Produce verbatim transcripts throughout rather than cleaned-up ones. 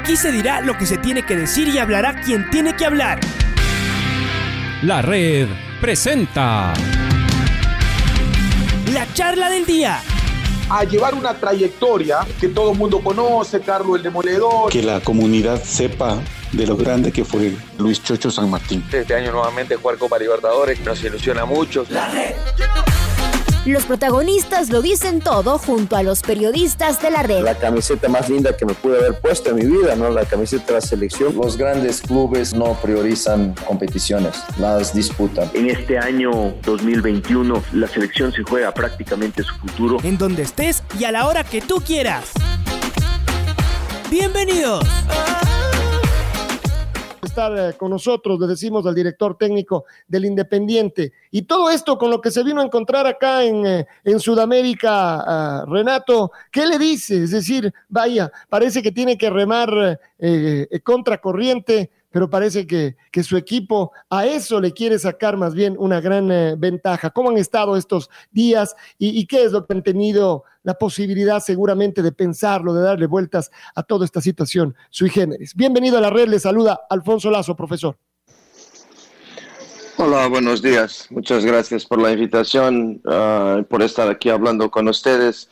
Aquí se dirá lo que se tiene que decir y hablará quien tiene que hablar. La Red presenta la charla del día. A llevar una trayectoria que todo el mundo conoce, Carlos el Demoledor. Que la comunidad sepa de lo grande que fue Luis Chocho San Martín. Este año nuevamente jugar Copa Libertadores nos ilusiona mucho. La Red. Los protagonistas lo dicen todo junto a los periodistas de la Red. La camiseta más linda que me pude haber puesto en mi vida, ¿no? La camiseta de la selección. Los grandes clubes no priorizan competiciones, las disputan. En este año dos mil veintiuno la selección se juega prácticamente su futuro. En donde estés y a la hora que tú quieras. Bienvenidos. Estar con nosotros, le decimos al director técnico del Independiente, y todo esto con lo que se vino a encontrar acá en, en Sudamérica. uh, Renato, ¿qué le dice? Es decir, vaya, parece que tiene que remar eh, contracorriente, pero parece que, que su equipo a eso le quiere sacar más bien una gran eh, ventaja. ¿Cómo han estado estos días y, y qué es lo que han tenido la posibilidad seguramente de pensarlo, de darle vueltas a toda esta situación sui generis? Bienvenido a la Red, le saluda Alfonso Lazo, profesor. Hola, buenos días. Muchas gracias por la invitación, uh, por estar aquí hablando con ustedes.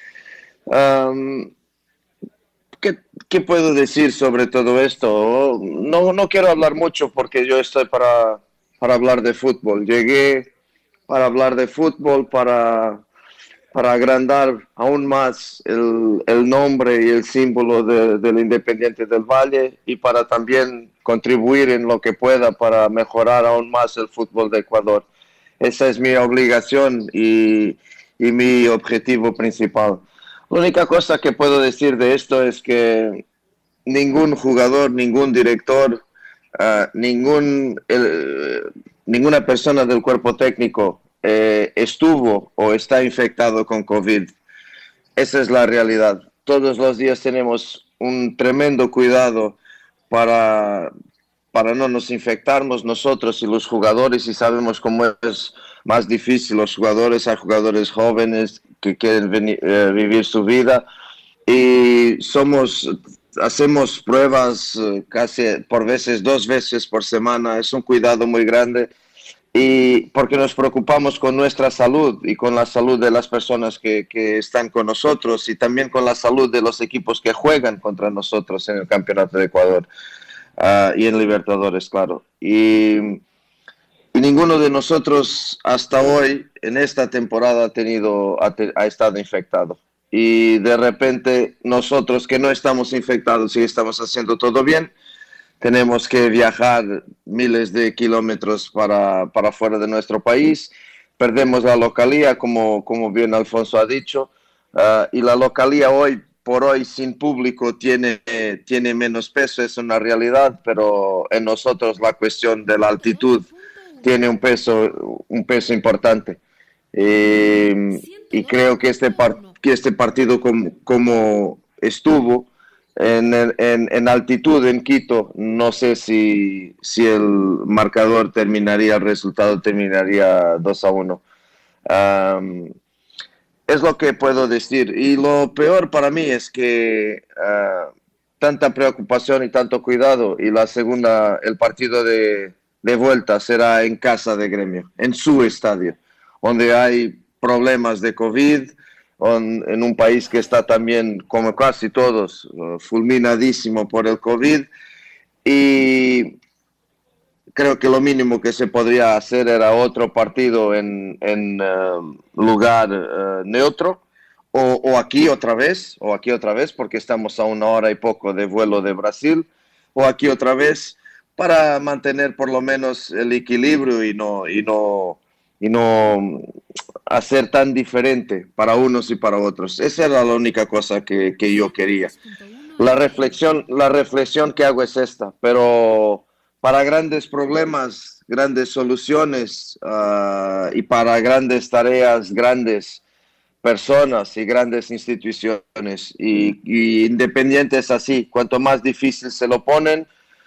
Um, ¿qué, ¿Qué puedo decir sobre todo esto? No, no quiero hablar mucho porque yo estoy para, para hablar de fútbol. Llegué para hablar de fútbol, para... para agrandar aún más el, el nombre y el símbolo de, del Independiente del Valle y para también contribuir en lo que pueda para mejorar aún más el fútbol de Ecuador. Esa es mi obligación y, y mi objetivo principal. La única cosa que puedo decir de esto es que ningún jugador, ningún director, uh, ningún, el, ninguna persona del cuerpo técnico Eh, estuvo o está infectado con COVID. Esa es la realidad. Todos los días tenemos un tremendo cuidado para, para no nos infectarnos nosotros y los jugadores, y sabemos cómo es más difícil los jugadores. Hay jugadores jóvenes que quieren venir, eh, vivir su vida y somos, hacemos pruebas eh, casi por veces, dos veces por semana. Es un cuidado muy grande. Y porque nos preocupamos con nuestra salud y con la salud de las personas que, que están con nosotros y también con la salud de los equipos que juegan contra nosotros en el Campeonato de Ecuador uh, y en Libertadores, claro. Y, y ninguno de nosotros hasta hoy en esta temporada ha, tenido, ha, te, ha estado infectado. Y de repente nosotros que no estamos infectados y estamos haciendo todo bien, tenemos que viajar miles de kilómetros para, para fuera de nuestro país, perdemos la localía, como, como bien Alfonso ha dicho, uh, y la localía hoy por hoy sin público tiene, eh, tiene menos peso, es una realidad, pero en nosotros la cuestión de la altitud tiene un peso, un peso importante. Eh, y creo que este, par, que este partido como, como estuvo, En, en, en altitud en Quito, no sé si, si el marcador terminaría, el resultado terminaría dos a uno. Um, es lo que puedo decir. Y lo peor para mí es que uh, tanta preocupación y tanto cuidado, y la segunda, el partido de, de vuelta será en casa de Gremio, en su estadio, donde hay problemas de COVID, en un país que está también, como casi todos, fulminadísimo por el COVID, y creo que lo mínimo que se podría hacer era otro partido en, en uh, lugar uh, neutro, o, o aquí otra vez, o aquí otra vez, porque estamos a una hora y poco de vuelo de Brasil, o aquí otra vez, para mantener por lo menos el equilibrio y no... Y no y no hacer tan diferente para unos y para otros. Esa era la única cosa que, que yo quería. La reflexión, la reflexión que hago es esta, pero para grandes problemas, grandes soluciones uh, y para grandes tareas, grandes personas y grandes instituciones y, y independientes así, cuanto más difícil se lo ponen,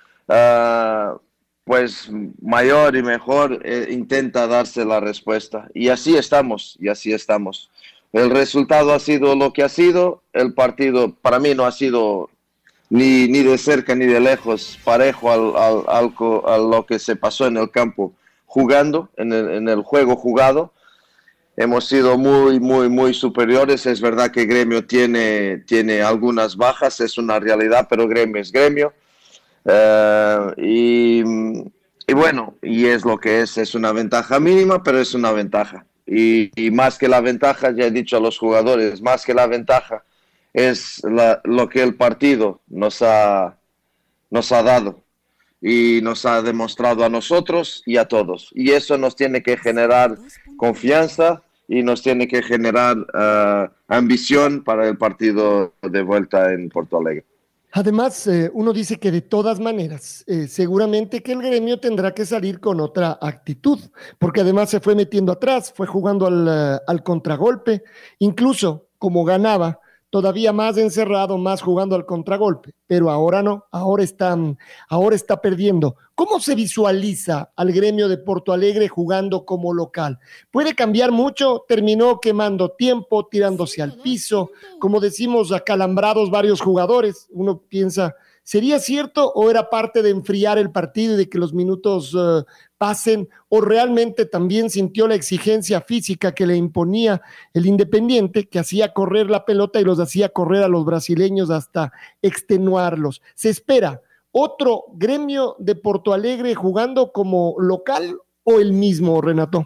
uh, pues mayor y mejor eh, intenta darse la respuesta. Y así estamos, y así estamos. El resultado ha sido lo que ha sido. El partido para mí no ha sido ni, ni de cerca ni de lejos parejo al, al, al, a lo que se pasó en el campo jugando, en el, en el juego jugado. Hemos sido muy, muy, muy superiores. Es verdad que Gremio tiene, tiene algunas bajas, es una realidad, pero Gremio es Gremio. Uh, y, y bueno, y es lo que es, es una ventaja mínima, pero es una ventaja. Y, y más que la ventaja, ya he dicho a los jugadores, más que la ventaja es la, lo que el partido nos ha, nos ha dado y nos ha demostrado a nosotros y a todos. Y eso nos tiene que generar confianza y nos tiene que generar uh, ambición para el partido de vuelta en Porto Alegre. Además, eh, uno dice que de todas maneras, eh, seguramente que el Gremio tendrá que salir con otra actitud, porque además se fue metiendo atrás, fue jugando al, uh, al contragolpe, incluso como ganaba, todavía más encerrado, más jugando al contragolpe, pero ahora no, ahora está, ahora está perdiendo. ¿Cómo se visualiza al Gremio de Porto Alegre jugando como local? ¿Puede cambiar mucho? Terminó quemando tiempo, tirándose al piso, como decimos, acalambrados varios jugadores. Uno piensa, ¿sería cierto o era parte de enfriar el partido y de que los minutos uh, pasen? ¿O realmente también sintió la exigencia física que le imponía el Independiente, que hacía correr la pelota y los hacía correr a los brasileños hasta extenuarlos? ¿Se espera otro Gremio de Porto Alegre jugando como local o el mismo, Renato?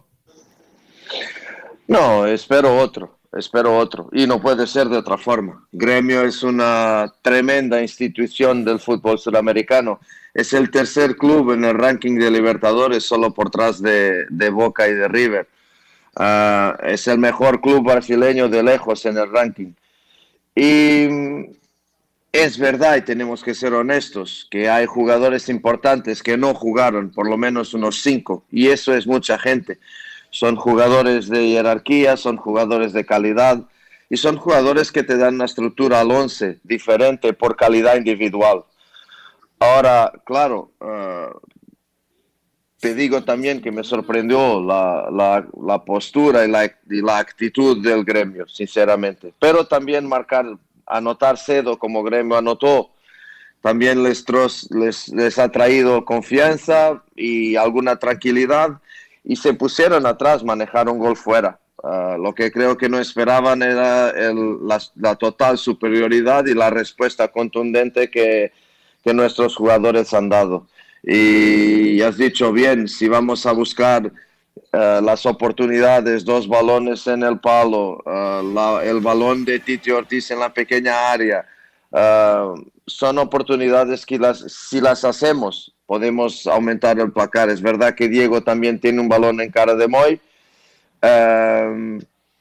No, espero otro, espero otro. Y no puede ser de otra forma. Gremio es una tremenda institución del fútbol sudamericano. Es el tercer club en el ranking de Libertadores, solo por detrás de, de Boca y de River. Uh, es el mejor club brasileño de lejos en el ranking. Y es verdad, y tenemos que ser honestos, que hay jugadores importantes que no jugaron, por lo menos unos cinco, y eso es mucha gente. Son jugadores de jerarquía, son jugadores de calidad, y son jugadores que te dan una estructura al once diferente por calidad individual. Ahora, claro, uh, te digo también que me sorprendió la, la, la postura y la, y la actitud del Gremio, sinceramente. Pero también marcar, anotar cedo como Gremio anotó, también les, les, les ha traído confianza y alguna tranquilidad, y se pusieron atrás, manejaron gol fuera. Uh, lo que creo que no esperaban era el, la, la total superioridad y la respuesta contundente que, que nuestros jugadores han dado. Y has dicho bien, si vamos a buscar uh, las oportunidades, dos balones en el palo, uh, la, el balón de Titi Ortiz en la pequeña área, uh, son oportunidades que las, si las hacemos podemos aumentar el placar. Es verdad que Diego también tiene un balón en cara de Moy, uh,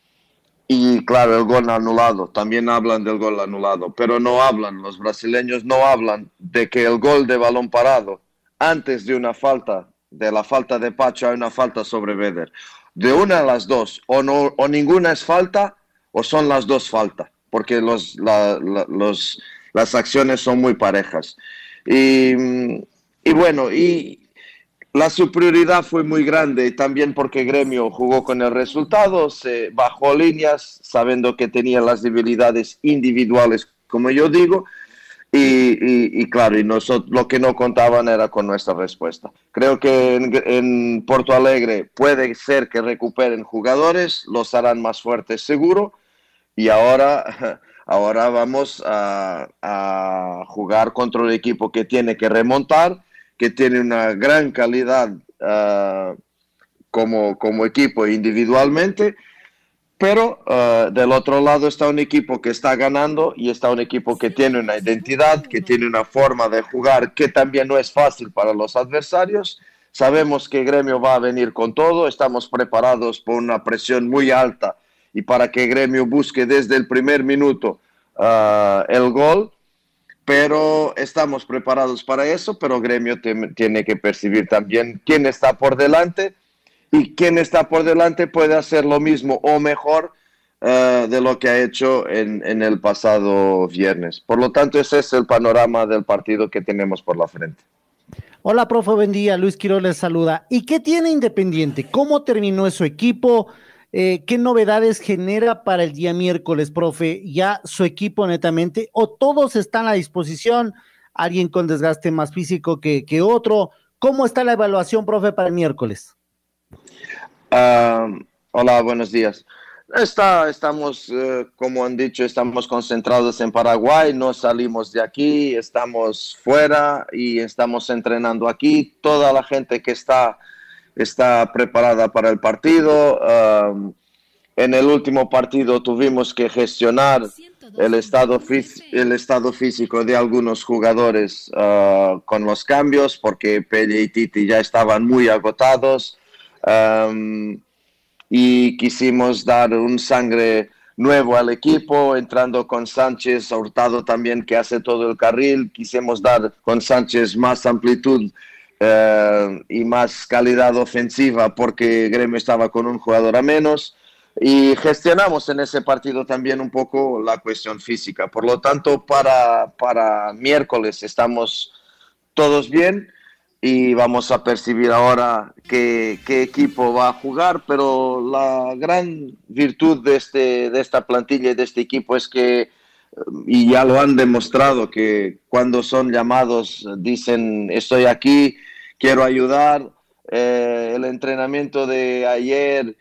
y claro, el gol anulado, también hablan del gol anulado, pero no hablan, los brasileños no hablan de que el gol de balón parado, antes de una falta, de la falta de Pacho, hay una falta sobre Beder. De una de las dos, o, no, o ninguna es falta, o son las dos falta, porque los, la, la, los, las acciones son muy parejas. Y, y bueno, y la superioridad fue muy grande, también porque Gremio jugó con el resultado, se bajó líneas, sabiendo que tenía las debilidades individuales, como yo digo. Y, y, y claro, y nosotros, lo que no contaban era con nuestra respuesta. Creo que en, en Porto Alegre puede ser que recuperen jugadores, los harán más fuertes seguro, y ahora, ahora vamos a, a jugar contra un equipo que tiene que remontar, que tiene una gran calidad uh, como, como equipo individualmente. Pero uh, del otro lado está un equipo que está ganando y está un equipo que tiene una identidad, que tiene una forma de jugar que también no es fácil para los adversarios. Sabemos que Gremio va a venir con todo, estamos preparados por una presión muy alta y para que Gremio busque desde el primer minuto uh, el gol, pero estamos preparados para eso, pero Gremio te, tiene que percibir también quién está por delante. Y quien está por delante puede hacer lo mismo o mejor uh, de lo que ha hecho en, en el pasado viernes. Por lo tanto, ese es el panorama del partido que tenemos por la frente. Hola, profe, buen día. Luis Quiroz les saluda. ¿Y qué tiene Independiente? ¿Cómo terminó su equipo? Eh, ¿Qué novedades genera para el día miércoles, profe? ¿Ya su equipo netamente o todos están a disposición? ¿Alguien con desgaste más físico que, que otro? ¿Cómo está la evaluación, profe, para el miércoles? Uh, hola, buenos días. Está, estamos, eh, como han dicho, estamos concentrados en Paraguay, no salimos de aquí, estamos fuera y estamos entrenando aquí. Toda la gente que está... está preparada para el partido. Um, en el último partido tuvimos que gestionar el estado, el estado físico de algunos jugadores uh, con los cambios, porque Pelle y Titi ya estaban muy agotados, um, y quisimos dar un sangre nuevo al equipo, entrando con Sánchez, Hurtado también, que hace todo el carril. Quisimos dar con Sánchez más amplitud Uh, y más calidad ofensiva, porque Gremio estaba con un jugador a menos, y gestionamos en ese partido también un poco la cuestión física. Por lo tanto, para, para miércoles estamos todos bien y vamos a percibir ahora qué, qué equipo va a jugar, pero la gran virtud de, este, de esta plantilla y de este equipo es que, y ya lo han demostrado, que cuando son llamados dicen estoy aquí, quiero ayudar. Eh, el entrenamiento de ayer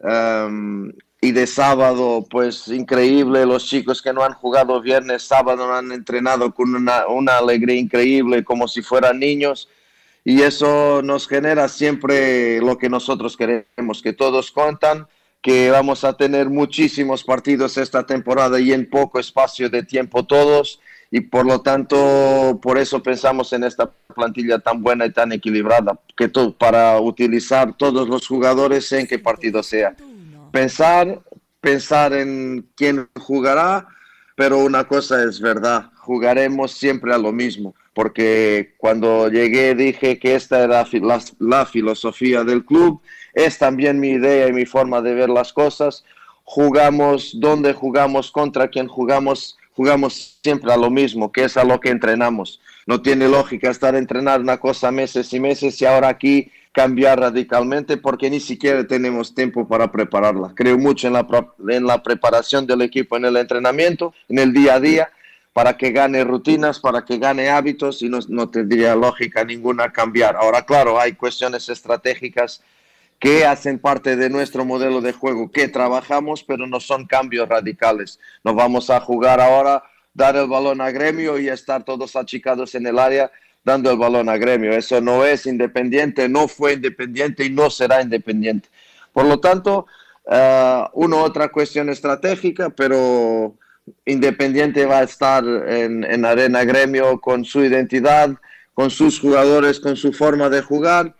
um, y de sábado, pues increíble. Los chicos que no han jugado viernes, sábado han entrenado con una, una alegría increíble, como si fueran niños, y eso nos genera siempre lo que nosotros queremos, que todos cuentan, que vamos a tener muchísimos partidos esta temporada y en poco espacio de tiempo todos, y por lo tanto, por eso pensamos en esta plantilla tan buena y tan equilibrada, que todo, para utilizar todos los jugadores en qué partido sea. Pensar, pensar en quién jugará, pero una cosa es verdad, jugaremos siempre a lo mismo, porque cuando llegué dije que esta era la, la filosofía del club, es también mi idea y mi forma de ver las cosas. Jugamos donde jugamos, contra quien jugamos, jugamos siempre a lo mismo, que es a lo que entrenamos. No tiene lógica estar entrenando una cosa meses y meses y ahora aquí cambiar radicalmente, porque ni siquiera tenemos tiempo para prepararla. Creo mucho en la, en la preparación del equipo, en el entrenamiento, en el día a día, para que gane rutinas, para que gane hábitos, y no, no tendría lógica ninguna cambiar. Ahora, claro, hay cuestiones estratégicas que hacen parte de nuestro modelo de juego, que trabajamos, pero no son cambios radicales. No vamos a jugar ahora, dar el balón a Gremio y estar todos achicados en el área dando el balón a Gremio. Eso no es Independiente, no fue Independiente y no será Independiente. Por lo tanto, uh, una otra cuestión estratégica, pero Independiente va a estar en, en Arena Gremio con su identidad, con sus jugadores, con su forma de jugar,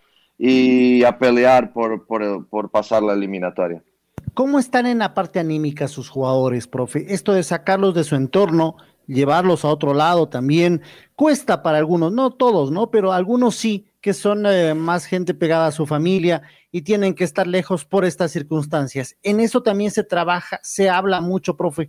y a pelear por, por, por pasar la eliminatoria. ¿Cómo están en la parte anímica sus jugadores, profe? Esto de sacarlos de su entorno, llevarlos a otro lado también, cuesta para algunos, no todos, ¿no? Pero algunos sí, que son eh, más gente pegada a su familia y tienen que estar lejos por estas circunstancias. ¿En eso también se trabaja, se habla mucho, profe?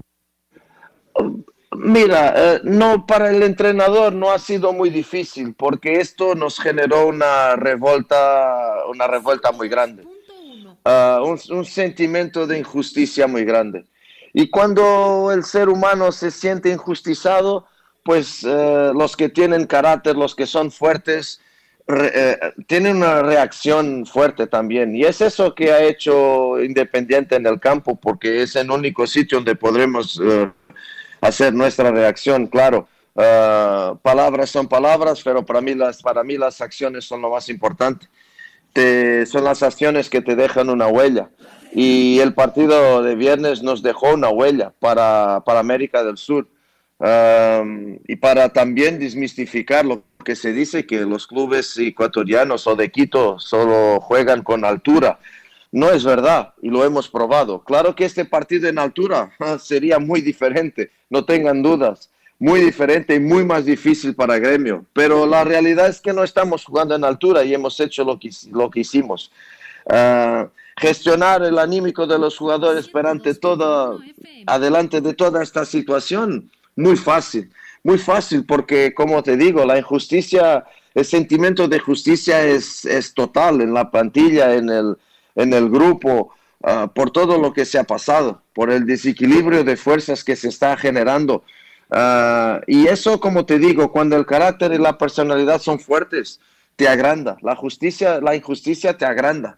Mira, eh, no, para el entrenador no ha sido muy difícil, porque esto nos generó una revuelta, una revuelta muy grande, uh, un, un sentimiento de injusticia muy grande. Y cuando el ser humano se siente injusticiado, pues eh, los que tienen carácter, los que son fuertes, re, eh, tienen una reacción fuerte también. Y es eso que ha hecho Independiente en el campo, porque es el único sitio donde podremos eh, hacer nuestra reacción. Claro, uh, palabras son palabras, pero para mí, las, para mí las acciones son lo más importante. Te, son las acciones que te dejan una huella. Y el partido de viernes nos dejó una huella para, para América del Sur. Um, y para también desmistificar lo que se dice, que los clubes ecuatorianos o de Quito solo juegan con altura. No es verdad, y lo hemos probado. Claro que este partido en altura sería muy diferente, no tengan dudas. Muy diferente y muy más difícil para Gremio. Pero la realidad es que no estamos jugando en altura y hemos hecho lo que, lo que hicimos. Uh, gestionar el anímico de los jugadores perante toda, adelante de toda esta situación, muy fácil. Muy fácil porque, como te digo, la injusticia, el sentimiento de justicia es, es total en la plantilla, en el... en el grupo. uh, por todo lo que se ha pasado, por el desequilibrio de fuerzas que se está generando. Uh, y eso, como te digo, cuando el carácter y la personalidad son fuertes, te agranda. La justicia, la injusticia te agranda.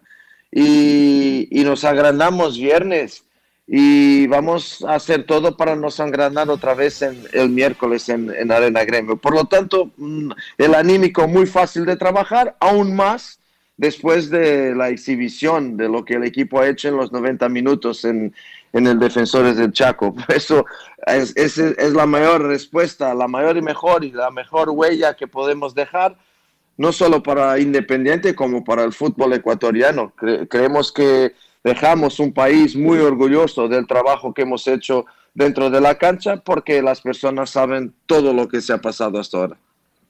Y, y nos agrandamos viernes y vamos a hacer todo para nos agrandar otra vez en, el miércoles en, en Arena Gremio. Por lo tanto, el anímico muy fácil de trabajar, aún más después de la exhibición de lo que el equipo ha hecho en los noventa minutos en, en el Defensores del Chaco. Por eso es, es, es la mayor respuesta, la mayor y mejor y la mejor huella que podemos dejar, no solo para Independiente como para el fútbol ecuatoriano. Cre- creemos que dejamos un país muy orgulloso del trabajo que hemos hecho dentro de la cancha, porque las personas saben todo lo que se ha pasado hasta ahora.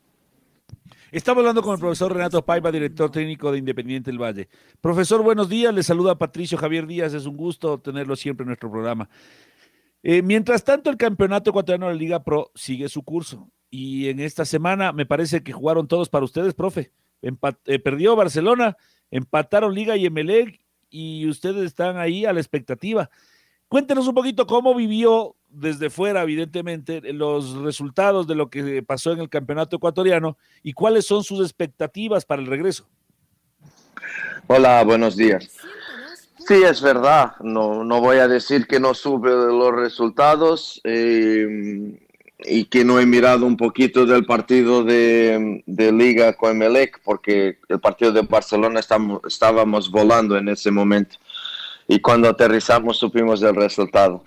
Estamos hablando con el profesor Renato Paiva, director técnico de Independiente del Valle. Profesor, buenos días. Le saluda Patricio Javier Díaz. Es un gusto tenerlo siempre en nuestro programa. Eh, mientras tanto, el campeonato ecuatoriano de la Liga Pro sigue su curso. Y en esta semana me parece que jugaron todos para ustedes, profe. Empat- eh, perdió Barcelona, empataron Liga y Emelec, y ustedes están ahí a la expectativa. Cuéntenos un poquito cómo vivió desde fuera, evidentemente, los resultados de lo que pasó en el campeonato ecuatoriano y cuáles son sus expectativas para el regreso. Hola, buenos días. Sí, es verdad. No, no voy a decir que no sube los resultados eh, y que no he mirado un poquito del partido de, de Liga con Emelec, porque el partido de Barcelona estamos, estábamos volando en ese momento. Y cuando aterrizamos supimos del resultado.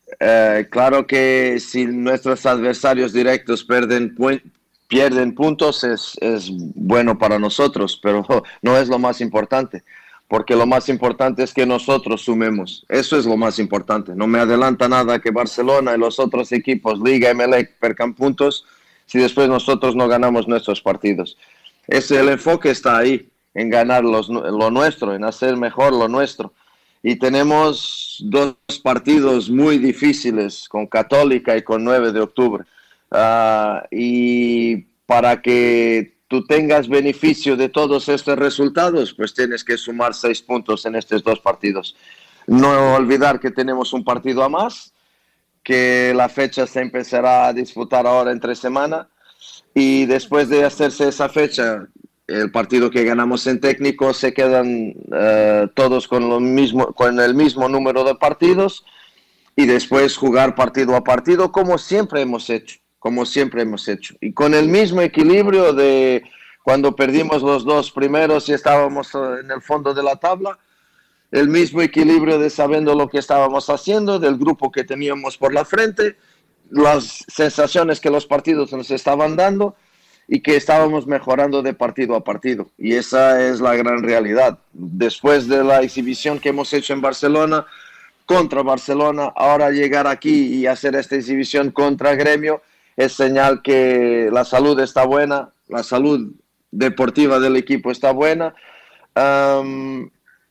Eh, claro que si nuestros adversarios directos pierden, pu- pierden puntos es, es bueno para nosotros, pero no es lo más importante, porque lo más importante es que nosotros sumemos. Eso es lo más importante. No me adelanta nada que Barcelona y los otros equipos, Liga, Emelec, percan puntos si después nosotros no ganamos nuestros partidos. Ese, el enfoque está ahí, en ganar los, lo nuestro, en hacer mejor lo nuestro. Y tenemos dos partidos muy difíciles con Católica y con nueve de octubre. Uh, y para que tú tengas beneficio de todos estos resultados, pues tienes que sumar seis puntos en estos dos partidos. No olvidar que tenemos un partido a más, que la fecha se empezará a disputar ahora entre semana. Y después de hacerse esa fecha, el partido que ganamos en técnico, se quedan uh, todos con, lo mismo, con el mismo número de partidos y después jugar partido a partido como siempre hemos hecho, como siempre hemos hecho. Y con el mismo equilibrio de cuando perdimos los dos primeros y estábamos en el fondo de la tabla, el mismo equilibrio de sabiendo lo que estábamos haciendo, del grupo que teníamos por la frente, las sensaciones que los partidos nos estaban dando, y que estábamos mejorando de partido a partido. Y esa es la gran realidad. Después de la exhibición que hemos hecho en Barcelona, contra Barcelona, ahora llegar aquí y hacer esta exhibición contra Gremio es señal que la salud está buena, la salud deportiva del equipo está buena, um,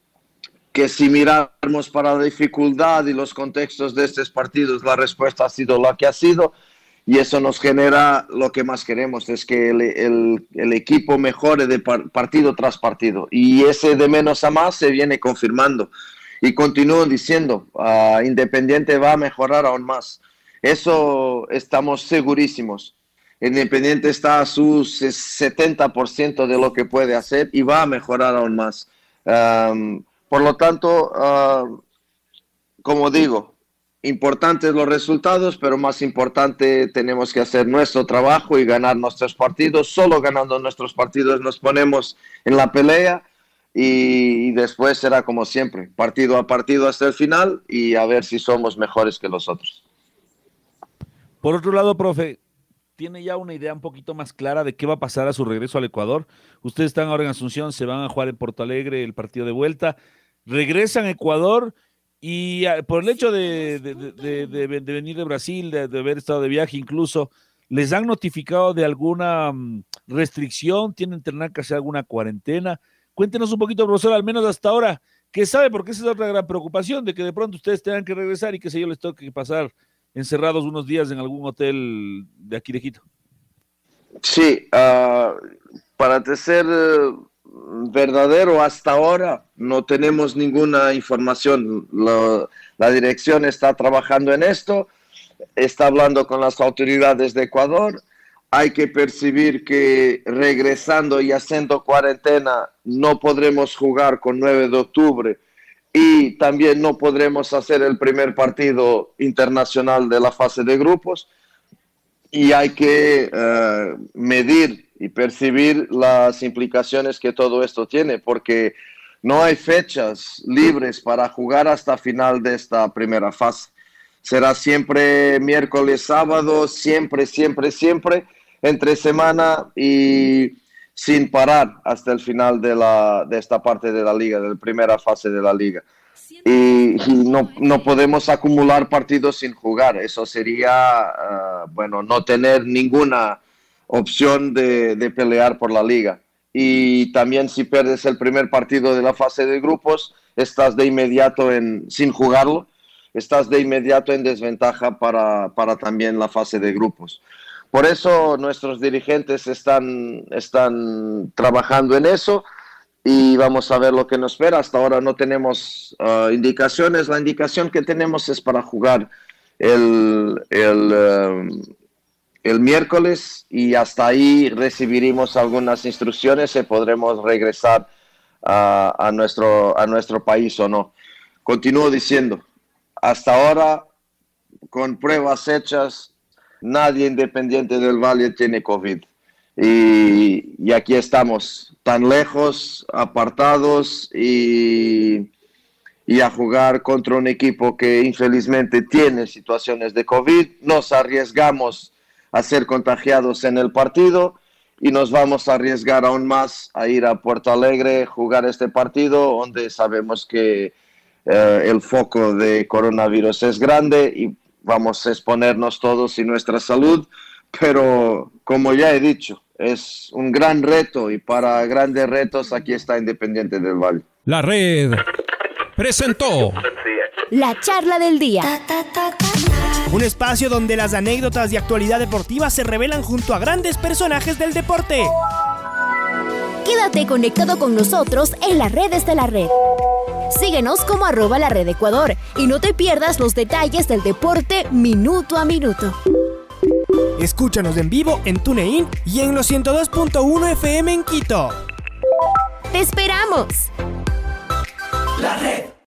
que si miramos para la dificultad y los contextos de estos partidos, la respuesta ha sido la que ha sido. Y eso nos genera lo que más queremos, es que el, el, el equipo mejore de par, partido tras partido. Y ese de menos a más se viene confirmando. Y continúo diciendo, uh, Independiente va a mejorar aún más. Eso estamos segurísimos. Independiente está a su setenta por ciento de lo que puede hacer y va a mejorar aún más. Um, por lo tanto, uh, como digo, importantes los resultados, pero más importante tenemos que hacer nuestro trabajo y ganar nuestros partidos. Solo ganando nuestros partidos nos ponemos en la pelea y, y después será como siempre, partido a partido hasta el final y a ver si somos mejores que los otros. Por otro lado, profe, ¿tiene ya una idea un poquito más clara de qué va a pasar a su regreso al Ecuador? Ustedes están ahora en Asunción, se van a jugar en Porto Alegre el partido de vuelta, regresan a Ecuador. Y por el hecho de, de, de, de, de venir de Brasil, de, de haber estado de viaje incluso, ¿les han notificado de alguna restricción? ¿Tienen que tener que hacer alguna cuarentena? Cuéntenos un poquito, profesor, al menos hasta ahora, ¿qué sabe? Porque esa es otra gran preocupación, de que de pronto ustedes tengan que regresar y que sé yo les toque pasar encerrados unos días en algún hotel de aquí de Quito. Sí, uh, para te ser verdadero hasta ahora no tenemos ninguna información. Lo, la dirección está trabajando en esto, está hablando con las autoridades de Ecuador. Hay que percibir que regresando y haciendo cuarentena no podremos jugar con nueve de octubre y también no podremos hacer el primer partido internacional de la fase de grupos, y hay que uh, medir y percibir las implicaciones que todo esto tiene, porque no hay fechas libres para jugar hasta final de esta primera fase. Será siempre miércoles, sábado, siempre, siempre, siempre, entre semana y sin parar hasta el final de, la, de esta parte de la liga, de la primera fase de la liga. Y, y no, no podemos acumular partidos sin jugar. Eso sería, uh, bueno, no tener ninguna opción de, de pelear por la liga. Y también si pierdes el primer partido de la fase de grupos, estás de inmediato en, sin jugarlo, estás de inmediato en desventaja para, para también la fase de grupos. Por eso nuestros dirigentes están, están trabajando en eso y vamos a ver lo que nos espera. Hasta ahora no tenemos uh, indicaciones. La indicación que tenemos es para jugar el, el, uh, el miércoles y hasta ahí recibiremos algunas instrucciones y podremos regresar uh, a, nuestro, a nuestro país o no. Continúo diciendo, hasta ahora, con pruebas hechas, nadie Independiente del Valle tiene COVID. Y, y aquí estamos, tan lejos, apartados y, y a jugar contra un equipo que infelizmente tiene situaciones de COVID. Nos arriesgamos a ser contagiados en el partido y nos vamos a arriesgar aún más a ir a Puerto Alegre, jugar este partido donde sabemos que eh, el foco de coronavirus es grande y vamos a exponernos todos y nuestra salud, pero como ya he dicho, es un gran reto y para grandes retos aquí está Independiente del Valle. La Red presentó la charla del día. Un espacio donde las anécdotas de actualidad deportiva se revelan junto a grandes personajes del deporte. Quédate conectado con nosotros en las redes de la Red. Síguenos como arroba la Red Ecuador y no te pierdas los detalles del deporte minuto a minuto. Escúchanos en vivo en TuneIn y en los ciento dos punto uno F M en Quito. ¡Te esperamos! La Red.